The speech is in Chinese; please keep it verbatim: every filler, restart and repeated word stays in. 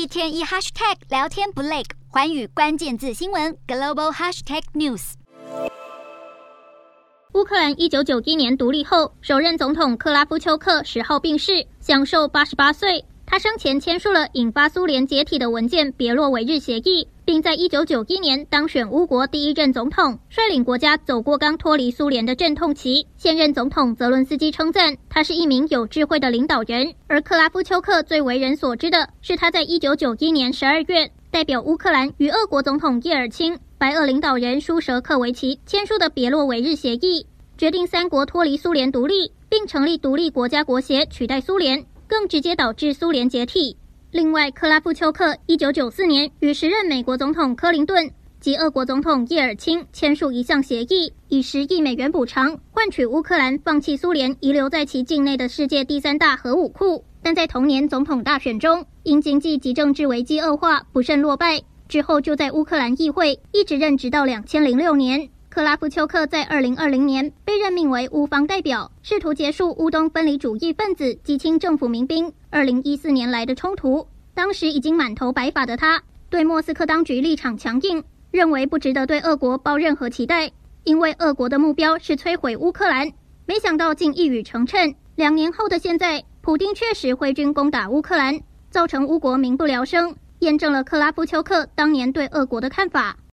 天一 hashtag 聊天不累，寰宇关键字新闻 global hashtag news。 乌克兰一九九一年独立后，首任总统克拉夫丘克十号病逝，享寿八十八岁。他生前签署了引发苏联解体的文件《别洛维日协议》，并在一九九一年当选乌国第一任总统，率领国家走过刚脱离苏联的阵痛期。现任总统泽伦斯基称赞他是一名有智慧的领导人，而克拉夫丘克最为人所知的是他在一九九一年十二月代表乌克兰与俄国总统叶尔钦、白俄领导人舒舍克维奇签署的别洛维日协议，决定三国脱离苏联独立，并成立独立国家国协取代苏联，更直接导致苏联解体。另外，克拉夫丘克一九九四年与时任美国总统克林顿及俄国总统叶尔钦签署一项协议，以十亿美元补偿换取乌克兰放弃苏联遗留在其境内的世界第三大核武库。但在同年总统大选中，因经济及政治危机恶化，不慎落败，之后就在乌克兰议会一直任职到两千零六年。克拉夫丘克在二零二零年被任命为乌方代表，试图结束乌东分离主义分子及亲政府民兵二零一四年来的冲突。当时已经满头白发的他，对莫斯科当局立场强硬，认为不值得对俄国抱任何期待，因为俄国的目标是摧毁乌克兰。没想到竟一语成谶，两年后的现在，普丁确实挥军攻打乌克兰，造成乌国民不聊生，验证了克拉夫丘克当年对俄国的看法。